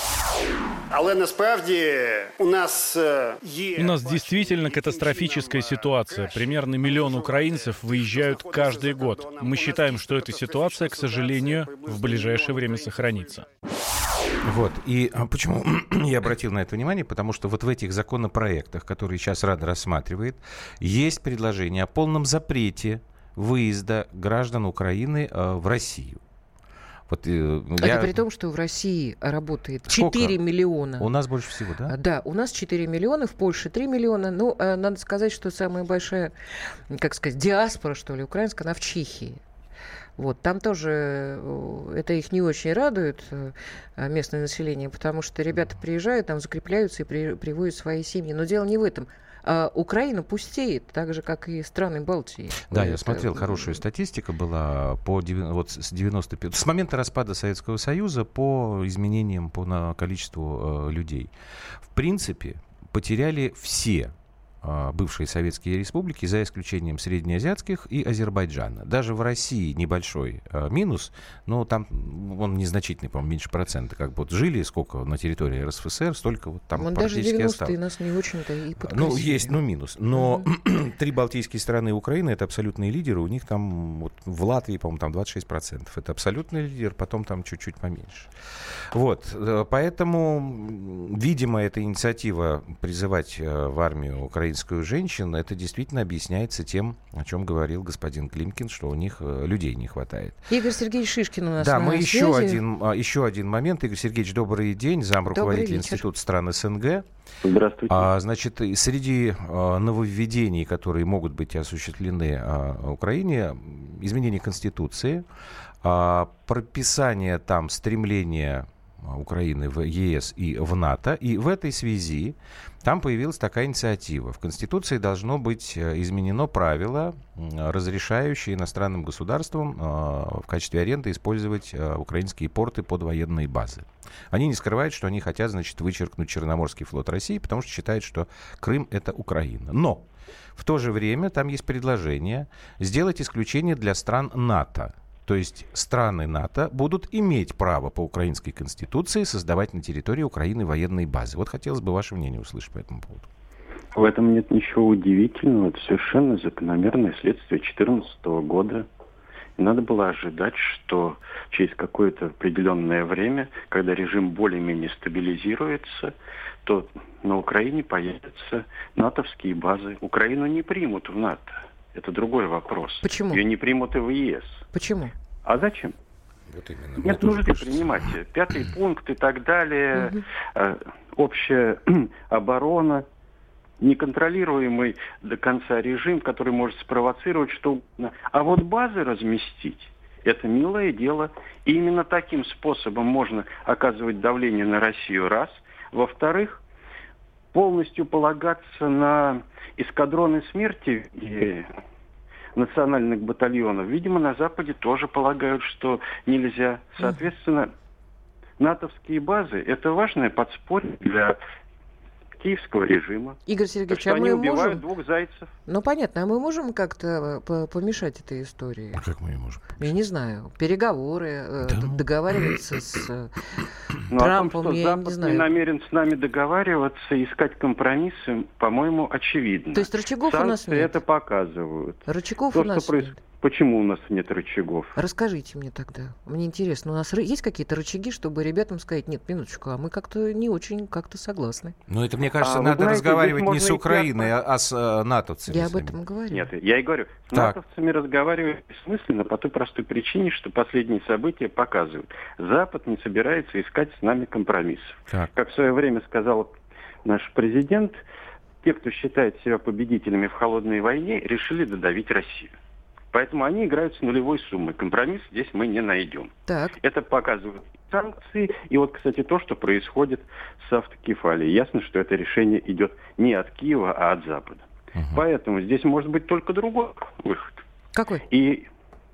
Але насправді у нас є...
У нас действительно катастрофическая ситуация. Примерно миллион украинцев выезжают каждый год. Мы считаем, что эта ситуация, к сожалению, в ближайшее время сохранится.
Вот. И почему я обратил на это внимание? Потому что вот в этих законопроектах, которые сейчас Рада рассматривает, есть предложение о полном запрете выезда граждан Украины э, в Россию. Вот, э,
Это
я...
при том, что в России работает четыре миллиона.
У нас больше всего, да?
Да, у нас четыре миллиона, в Польше три миллиона. Ну, э, надо сказать, что самая большая, как сказать, диаспора, что ли, украинская, она в Чехии. Вот, там тоже это их не очень радует, местное население, потому что ребята приезжают, там закрепляются и при, приводят свои семьи. Но дело не в этом. А Украина пустеет, так же, как и страны Балтии.
Да,
это...
я смотрел, хорошая статистика была по, вот с девяносто пятого, с момента распада Советского Союза по изменениям по на количеству э, людей. В принципе, потеряли все бывшие советские республики, за исключением среднеазиатских и Азербайджана. Даже в России небольшой э, минус, но там он незначительный, по-моему, меньше процента. Как бы вот жили сколько на территории эр эс эф эс эр, столько вот там
он
практически
даже девяностые
осталось.
нас не очень-то и подкосили.
Ну, есть, ну, минус. Но mm-hmm. три балтийские страны и Украина — это абсолютные лидеры. У них там, вот, в Латвии, по-моему, там двадцать шесть процентов. Это абсолютный лидер, потом там чуть-чуть поменьше. Вот. Поэтому, видимо, эта инициатива призывать в армию украинскую женщин, это действительно объясняется тем, о чем говорил господин Климкин, что у них людей не хватает.
Игорь Сергеевич Шишкин у нас
Да,
на
мы
связи.
еще один, еще один момент. Игорь Сергеевич, добрый день. Замруководитель Института стран СНГ.
Здравствуйте.
А, значит, среди а, нововведений, которые могут быть осуществлены а, Украине, изменение Конституции, а, прописание там стремления Украины в ЕС и в НАТО. И в этой связи там появилась такая инициатива. В Конституции должно быть изменено правило, разрешающее иностранным государствам в качестве аренды использовать украинские порты под военные базы. Они не скрывают, что они хотят, значит, вычеркнуть Черноморский флот России, потому что считают, что Крым — это Украина. Но в то же время там есть предложение сделать исключение для стран НАТО. То есть страны НАТО будут иметь право по украинской конституции создавать на территории Украины военные базы. Вот хотелось бы ваше мнение услышать по этому поводу.
В этом нет ничего удивительного. Это совершенно закономерное следствие две тысячи четырнадцатого года. И надо было ожидать, что через какое-то определенное время, когда режим более-менее стабилизируется, то на Украине появятся натовские базы. Украину не примут в НАТО. Это другой вопрос.
Почему?
Ее не примут и в ЕС.
Почему?
А зачем?
Вот именно.
Нет нужды принимать. Пятый пункт и так далее.
Угу.
Э, общая оборона. Неконтролируемый до конца режим, который может спровоцировать что угодно. А вот базы разместить — это милое дело. И именно таким способом можно оказывать давление на Россию, раз. Во-вторых, полностью полагаться на эскадроны смерти и национальных батальонов. Видимо, на Западе тоже полагают, что нельзя. Соответственно, натовские базы — это важное подспорье для киевского режима.
Игорь Сергеевич,
так что
а мы
они убивают
можем...
двух зайцев.
Ну, понятно. А мы можем как-то помешать этой истории?
А как мы ее можем?
Я не знаю. Переговоры, да. договариваться с
ну,
Трампом,
о том, что
я
Запад
не знаю.
не намерен с нами договариваться, искать компромиссы, по-моему, очевидно.
То есть рычагов
Санкции
у нас нет?
это показывают.
Рычагов
То,
у нас
проис...
нет?
Почему у нас нет рычагов?
Расскажите мне тогда. Мне интересно, у нас есть какие-то рычаги, чтобы ребятам сказать: нет, минуточку, а мы как-то не очень как-то согласны?
Ну, это, мне кажется,
а,
надо
знаете,
разговаривать не с
и
Украиной, а, а с а, натовцами.
Я об этом говорю.
Нет, я и говорю, с
так.
натовцами разговаривать бессмысленно по той простой причине, что последние события показывают. Запад не собирается искать с нами компромиссов.
Так.
Как в свое время сказал наш президент, те, кто считает себя победителями в холодной войне, решили додавить Россию. Поэтому они играют с нулевой суммой. Компромисс здесь мы не найдем.
Так.
Это показывают санкции. И вот, кстати, то, что происходит с автокефалией. Ясно, что это решение идет не от Киева, а от Запада. Угу. Поэтому здесь может быть только другой выход.
Какой?
И...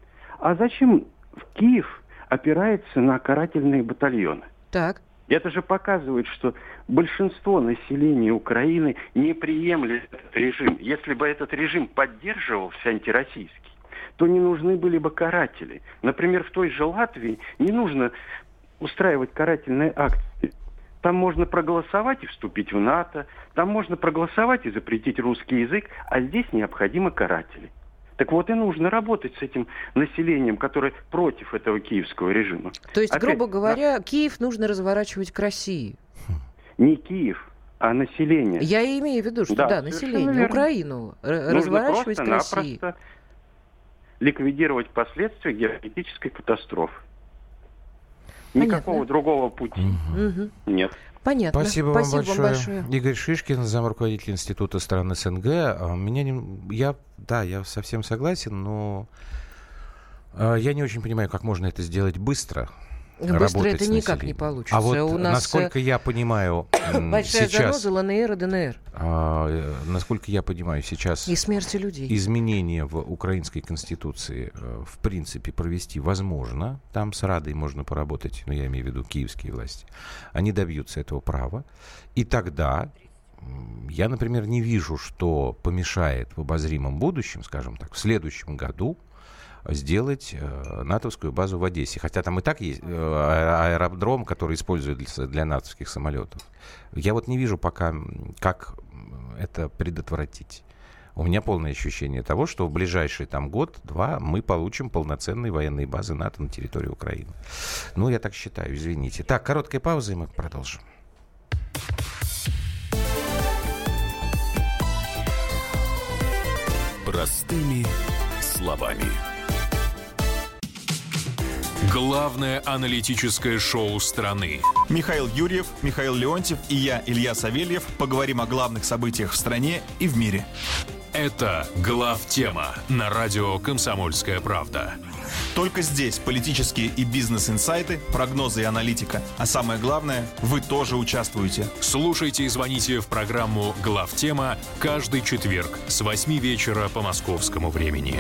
А зачем Киев опирается на карательные батальоны?
Так.
Это же показывает, что большинство населения Украины не приемлет этот режим. Если бы этот режим поддерживался антироссийский, то не нужны были бы каратели. Например, в той же Латвии не нужно устраивать карательные акции. Там можно проголосовать и вступить в НАТО, там можно проголосовать и запретить русский язык, а здесь необходимы каратели. Так вот и нужно работать с этим населением, которое против этого киевского режима.
То есть,
Опять,
грубо говоря,
да,
Киев нужно разворачивать к России?
Не Киев, а население.
Я имею в виду, что да, да население,
верно.
Украину
нужно
разворачивать к России.
Просто ликвидировать последствия геополитической катастрофы.
Понятно.
Никакого другого пути
угу.
нет.
Понятно.
Спасибо,
Спасибо
вам, большое.
вам большое.
Игорь Шишкин, замруководитель Института стран СНГ. Меня не... я, да, я совсем согласен, но я не очень понимаю, как можно это сделать быстро.
Быстро это никак не получится.
А вот
у нас
насколько я понимаю,
большая
сейчас,
заноза ЛНР и ДНР.
А, насколько я понимаю, сейчас
и смерти людей.
Изменения в украинской конституции в принципе провести возможно. Там с Радой можно поработать, ну я имею в виду киевские власти. Они добьются этого права. И тогда я, например, не вижу, что помешает в обозримом будущем, скажем так, в следующем году сделать э, натовскую базу в Одессе. Хотя там и так есть э, аэродром, который используют для, для натовских самолетов. Я вот не вижу пока, как это предотвратить. У меня полное ощущение того, что в ближайший там год-два мы получим полноценные военные базы НАТО на территории Украины. Ну, я так считаю, извините. Так, короткая пауза, и мы продолжим.
Простыми словами. Главное аналитическое шоу страны.
Михаил Юрьев, Михаил Леонтьев и я, Илья Савельев, поговорим о главных событиях в стране и в мире.
Это «Главтема» на радио «Комсомольская правда».
Только здесь политические и бизнес-инсайты, прогнозы и аналитика. А самое главное, вы тоже участвуете.
Слушайте и звоните в программу «Главтема» каждый четверг с восьми вечера по московскому времени.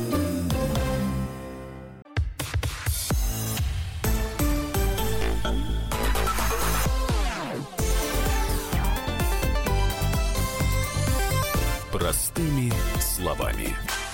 Простыми словами.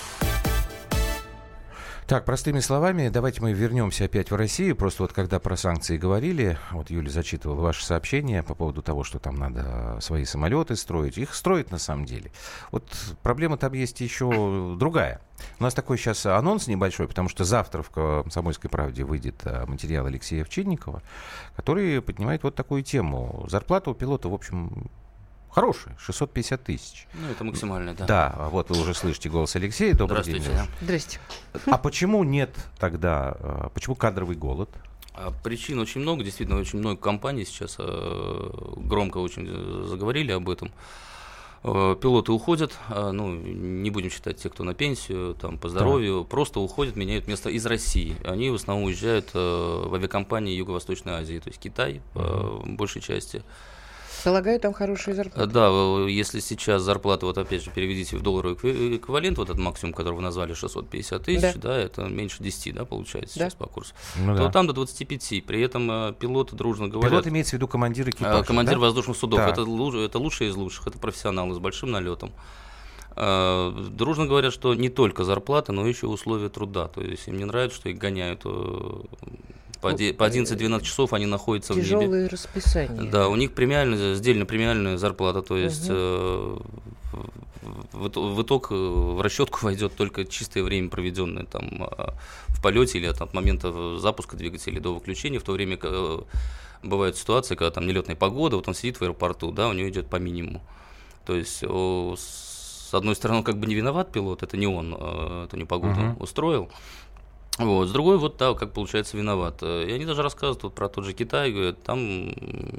Так, простыми словами, давайте мы вернемся опять в Россию. Просто вот когда про санкции говорили, вот Юля зачитывала ваше сообщение по поводу того, что там надо свои самолеты строить. Их строят на самом деле. Вот проблема там есть еще другая. У нас такой сейчас анонс небольшой, потому что завтра в «Комсомольской правде» выйдет материал Алексея Овчинникова, который поднимает вот такую тему. Зарплата у пилота, в общем... хорошие, шестьсот пятьдесят тысяч.
Ну, это максимально, да.
Да, вот вы уже слышите голос Алексея. Добрый день.
Здравствуйте.
Здрасте.
А почему нет тогда, почему кадровый голод?
Причин очень много, действительно, очень много компаний сейчас громко очень заговорили об этом. Пилоты уходят, ну, не будем считать тех, кто на пенсию, там, по здоровью, да. Просто уходят, меняют место из России. Они в основном уезжают в авиакомпании Юго-Восточной Азии, то есть Китай, по большей части.
Полагаю, там хорошие зарплаты.
Да, если сейчас зарплата, вот опять же, переведите в долларовый эквивалент, вот этот максимум, который вы назвали, шестьсот пятьдесят тысяч, да. Да, это меньше десяти, да, получается да. Сейчас по курсу, ну, то да. Там до двадцати пяти, при этом пилоты дружно говорят...
Пилот имеется в виду командир экипажа,
Командир
да?
воздушных судов,
да.
это, это лучшие из лучших, это профессионалы с большим налетом. Дружно говорят, что не только зарплата, но еще условия труда, то есть им не нравится, что их гоняют... По одиннадцать-двенадцать часов они находятся
Тяжелые
в небе.
Тяжелые расписания.
Да, у них премиальная, сдельно премиальная зарплата, то есть угу. э, в, в итог в расчетку войдет только чистое время, проведенное там в полете или от момента запуска двигателя до выключения, в то время как бывают ситуации, когда там нелетная погода, вот он сидит в аэропорту, да, у него идет по минимуму. То есть о, с одной стороны, он как бы не виноват пилот, это не он эту непогоду угу. устроил. Вот. С другой, вот так, как получается, виноват. И они даже рассказывают вот про тот же Китай, говорят, там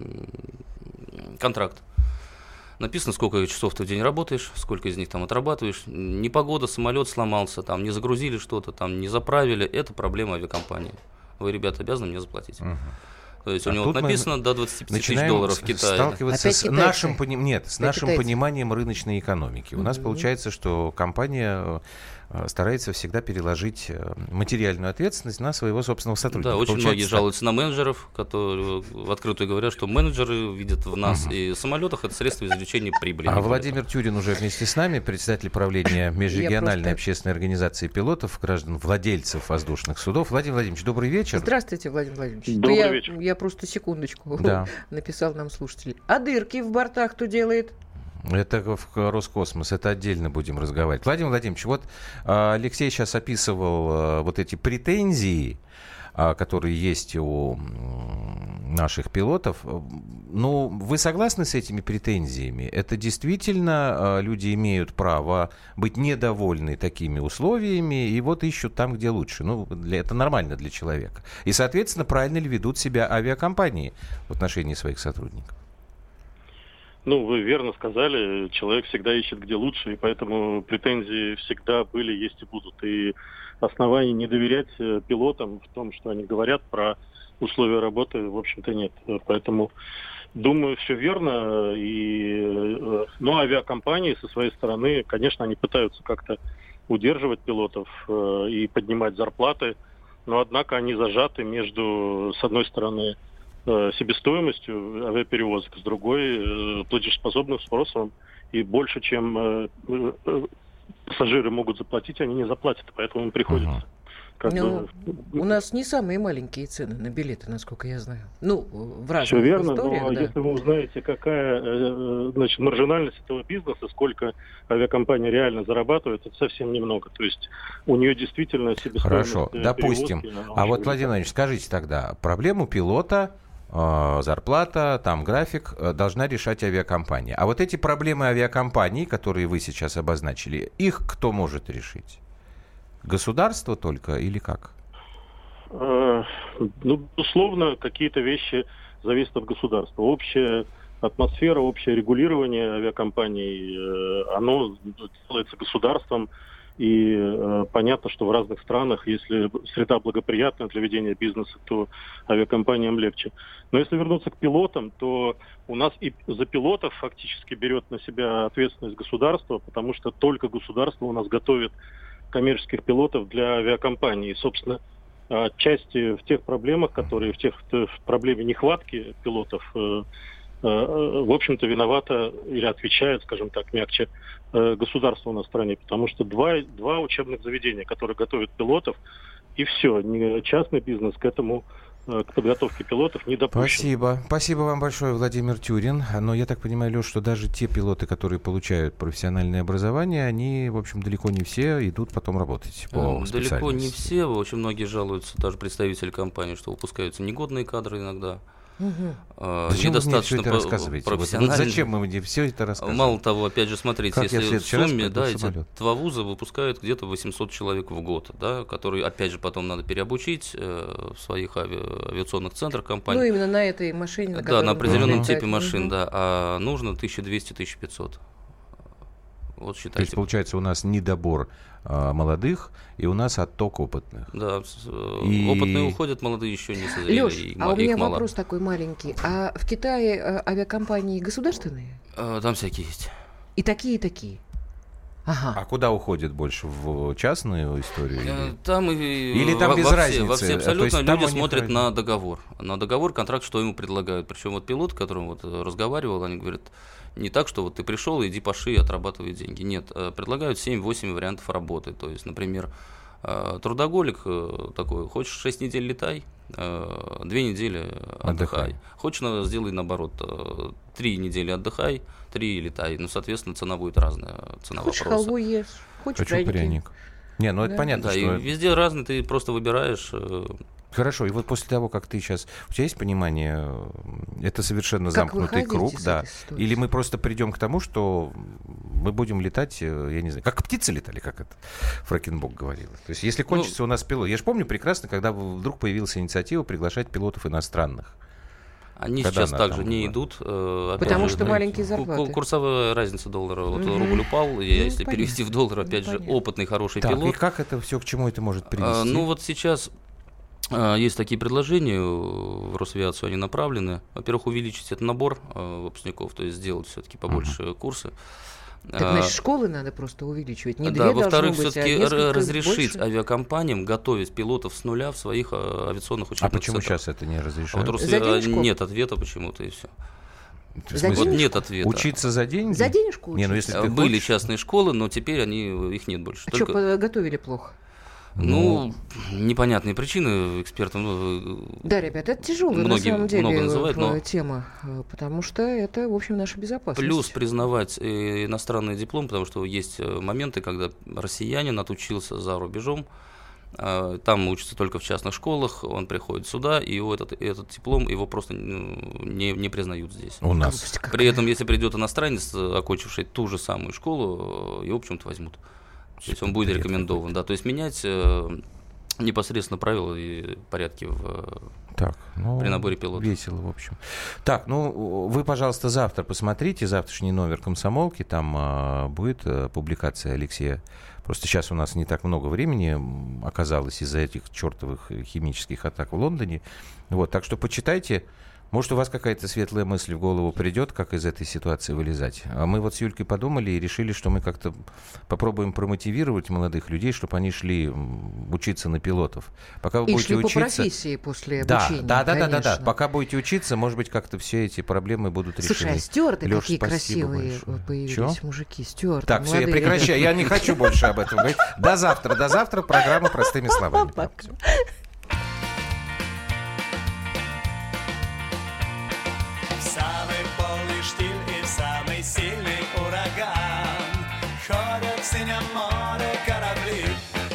контракт. Написано, сколько часов ты в день работаешь, сколько из них там отрабатываешь. Непогода, самолет сломался, там не загрузили что-то, там не заправили. Это проблема авиакомпании. Вы, ребята, обязаны мне заплатить. Угу. То есть а у него вот написано до двадцати пяти тысяч долларов в Китае.
Сталкиваться с нашим, пони... Нет, с нашим пониманием рыночной экономики. У нас получается, что компания старается всегда переложить материальную ответственность на своего собственного сотрудника.
Да, очень
получается,
многие
так.
жалуются на менеджеров, которые в открытую говорят, что менеджеры видят в нас угу. и в самолетах это средство извлечения прибыли.
А Владимир этого. Тюрин уже вместе с нами, председатель правления межрегиональной просто... общественной организации пилотов, граждан, владельцев воздушных судов. Владимир Владимирович, добрый вечер.
Здравствуйте, Владимир Владимирович.
Добрый
я,
вечер.
Я просто секундочку
да.
написал нам слушатель. А дырки в бортах кто делает?
Это в Роскосмос, это отдельно будем разговаривать. Владимир Владимирович, вот Алексей сейчас описывал вот эти претензии, которые есть у наших пилотов. Ну, вы согласны с этими претензиями? Это действительно люди имеют право быть недовольны такими условиями и вот ищут там, где лучше. Ну, для, это нормально для человека. И, соответственно, правильно ли ведут себя авиакомпании в отношении своих сотрудников?
Ну, вы верно сказали, человек всегда ищет где лучше, и поэтому претензии всегда были, есть и будут. И оснований не доверять пилотам в том, что они говорят про условия работы, в общем-то, нет. Поэтому, думаю, все верно. И, ну, авиакомпании со своей стороны, конечно, они пытаются как-то удерживать пилотов и поднимать зарплаты, но, однако, они зажаты между, с одной стороны, себестоимостью авиаперевозок, с другой платежеспособным спросом, и больше, чем пассажиры могут заплатить, они не заплатят, поэтому им приходится uh-huh. Как
ну,
бы...
У нас не самые маленькие цены на билеты, насколько я знаю. Ну, в разных
Все верно,
историях,
но
да.
если вы узнаете, какая, значит, маржинальность этого бизнеса, сколько авиакомпания реально зарабатывает, это совсем немного. То есть у нее действительно себестоимость.
Хорошо, допустим. А вот, Владимир Владимирович, скажите тогда, проблему пилота, э, зарплата, там график э, должна решать авиакомпания. А вот эти проблемы авиакомпаний, которые вы сейчас обозначили, их кто может решить? Государство только или как?
Э, ну, безусловно, какие-то вещи зависят от государства. Общая атмосфера, общее регулирование авиакомпаний, э, оно делается государством. И э, понятно, что в разных странах, если среда благоприятная для ведения бизнеса, то авиакомпаниям легче. Но если вернуться к пилотам, то у нас и за пилотов фактически берет на себя ответственность государства, потому что только государство у нас готовит коммерческих пилотов для авиакомпаний. И, собственно, отчасти в тех проблемах, которые в тех в проблеме нехватки пилотов, э, в общем-то, виновата или отвечает, скажем так, мягче, государство у нас в стране, потому что два, два учебных заведения, которые готовят пилотов, и все, частный бизнес к этому, к подготовке пилотов не допущен.
Спасибо. Спасибо вам большое, Владимир Тюрин. Но я так понимаю, Леш, что даже те пилоты, которые получают профессиональное образование, они, в общем, далеко не все идут потом работать по
ну,
специальности.
Далеко не все. Очень многие жалуются, даже представители компании, что выпускаются негодные кадры иногда.
Угу. Зачем вы мне все это рассказываете? Вот, вот зачем вы мне все это рассказываете?
Мало того, опять же, смотрите,
как
если в сумме, да, эти
самолет?
два вуза выпускают где-то восемьсот человек в год, да, которые, опять же, потом надо переобучить э, в своих ави... авиационных центрах компаний.
Ну, именно на этой машине. На
да, на определенном
можно
типе
летать.
машин,
угу.
да, а нужно тысяча двести - тысяча пятьсот. Вот считайте.
То есть, получается, у нас недобор а, молодых, и у нас отток опытных.
Да,
и...
опытные уходят, молодые еще не созрели.
Леш,
и,
а у меня
мало.
вопрос такой маленький. А в Китае авиакомпании государственные?
А, там всякие есть.
И такие, и такие? Ага.
А куда уходит больше? В частную историю? Или,
там и,
или там
во,
без
во
разницы?
Все, во все абсолютно
люди
них... смотрят
них...
на договор. На договор, контракт, что ему предлагают. Причем вот пилот, с которым вот разговаривал, они говорят, не так, что вот ты пришел, иди паши и отрабатывай деньги. Нет, предлагают семь-восемь вариантов работы. То есть, например, трудоголик такой, хочешь шесть недель летай, две недели отдыхай. отдыхай. Хочешь, сделай наоборот, три недели отдыхай, три летай. Ну, соответственно, цена будет разная. Цена
хочешь
вопроса.
халву ешь, хочешь
Хочу
пряники.
пряник. Не, ну да. Это понятно,
да,
что...
и везде разный, ты просто выбираешь.
Хорошо, и вот после того, как ты сейчас... У тебя есть понимание, это совершенно
как
замкнутый круг, да?
Ситуации?
Или мы просто придем к тому, что мы будем летать, я не знаю, как птицы летали, как это Фракенбок говорила. То есть если кончится ну, у нас пилот... Я же помню прекрасно, когда вдруг появилась инициатива приглашать пилотов иностранных.
Они
Когда
сейчас также не идут. Э,
Потому
же,
что маленькие зарплаты.
Курсовая разница доллара. Вот
угу.
рубль упал,
Ну,
если
понятно.
перевести в доллар, опять
ну,
же,
понятно.
опытный, хороший
так,
пилот.
И как это все, к чему это может привести?
А, ну вот сейчас а, есть такие предложения в Росавиацию, они направлены. Во-первых, увеличить этот набор а, выпускников, то есть сделать все-таки побольше uh-huh. курсы.
Так, значит, школы надо просто увеличивать. Не
да,
две
во-вторых,
быть,
все-таки
а
разрешить
больше.
авиакомпаниям готовить пилотов с нуля в своих авиационных учебных
А почему
центрах.
сейчас это не разрешают?
А вот Росавиация нет ответа почему-то и все. Вот нет ответа.
Учиться за деньги?
За денежку
не, ну, если ты
Были
хочешь...
частные школы, но теперь они, их нет больше.
А
Только...
что, готовили плохо?
Ну, непонятные причины экспертам. Ну,
да, ребят, это тяжелая
многие,
на самом деле
много называют, но...
тема, потому что это, в общем, наша безопасность.
Плюс признавать иностранный диплом, потому что есть моменты, когда россиянин отучился за рубежом, там учится только в частных школах, он приходит сюда, и этот, этот диплом его просто не, не признают здесь.
У нас.
При этом, если придет иностранец, окончивший ту же самую школу, его, в общем-то, возьмут. То есть он будет рекомендован. Да, то есть менять э, непосредственно правила и порядки в,
так, ну,
при наборе пилотов.
Весело, в общем. Так, ну, вы, пожалуйста, завтра посмотрите, завтрашний номер «Комсомолки», там э, будет э, публикация Алексея. Просто сейчас у нас не так много времени оказалось из-за этих чертовых химических атак в Лондоне. Вот, так что почитайте. Может, у вас какая-то светлая мысль в голову придет, как из этой ситуации вылезать? А мы вот с Юлькой подумали и решили, что мы как-то попробуем промотивировать молодых людей, чтобы они шли учиться на пилотов. Пока вы
и
будете
шли
учиться...
по профессии после
да,
обучения,
да, да, да, да, да.
конечно.
Пока будете учиться, может быть, как-то все эти проблемы будут решены.
Слушай, а стюарты
Лёш,
какие красивые
большое.
появились,
Чё?
мужики, стюарты.
Так, все, я прекращаю, я не хочу больше об этом говорить. До завтра, до завтра, программа «Простыми словами».
Сильный ураган, ходят в синем море корабли.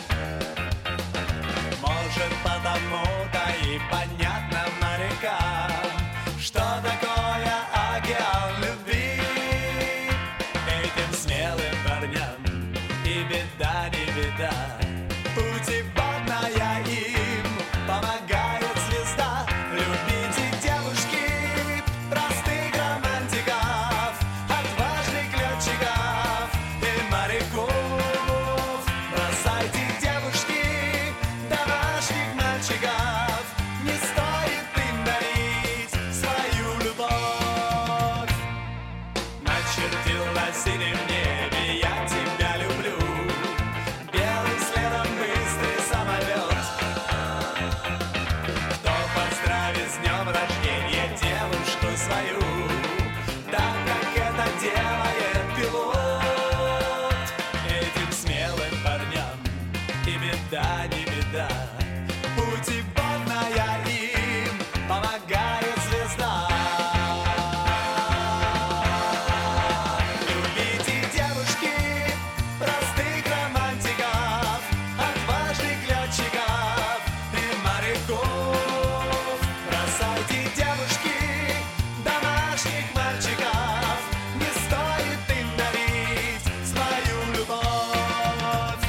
Может, потому-то и понятно морякам, что такое океан любви. Этим смелым парням и беда, не беда. Путеводная им помогает звезда. Любите девушки простых романтиков, отважных летчиков и моряков. Бросайте, девушки, домашних мальчиков. Не стоит им дарить свою любовь. Начертил на синем небе я тебя люблю. Белым следом быстрый самолет. Кто поздравит с днем рождения девушку свою, так как это делает пилот. Этим смелым парням и беда, не беда. Путеводная им помогает звезда. Любите, девушки, простых романтиков, отважных летчиков и моряков. Бросайте, девушки, домашних мальчиков. Не стоит им дарить свою любовь.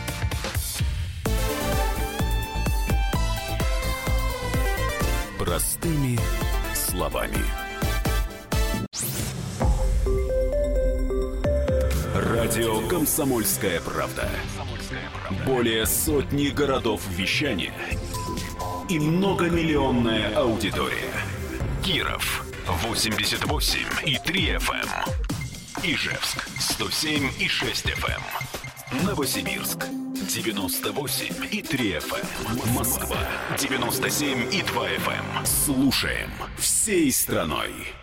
Простыми словами. Радио «Комсомольская правда». Более сотни городов вещания и многомиллионная аудитория. Киров восемьдесят восемь и три эф эм. Ижевск сто семь и шесть эф эм. Новосибирск девяносто восемь и три эф эм. Москва девяносто семь и два эф эм. Слушаем всей страной.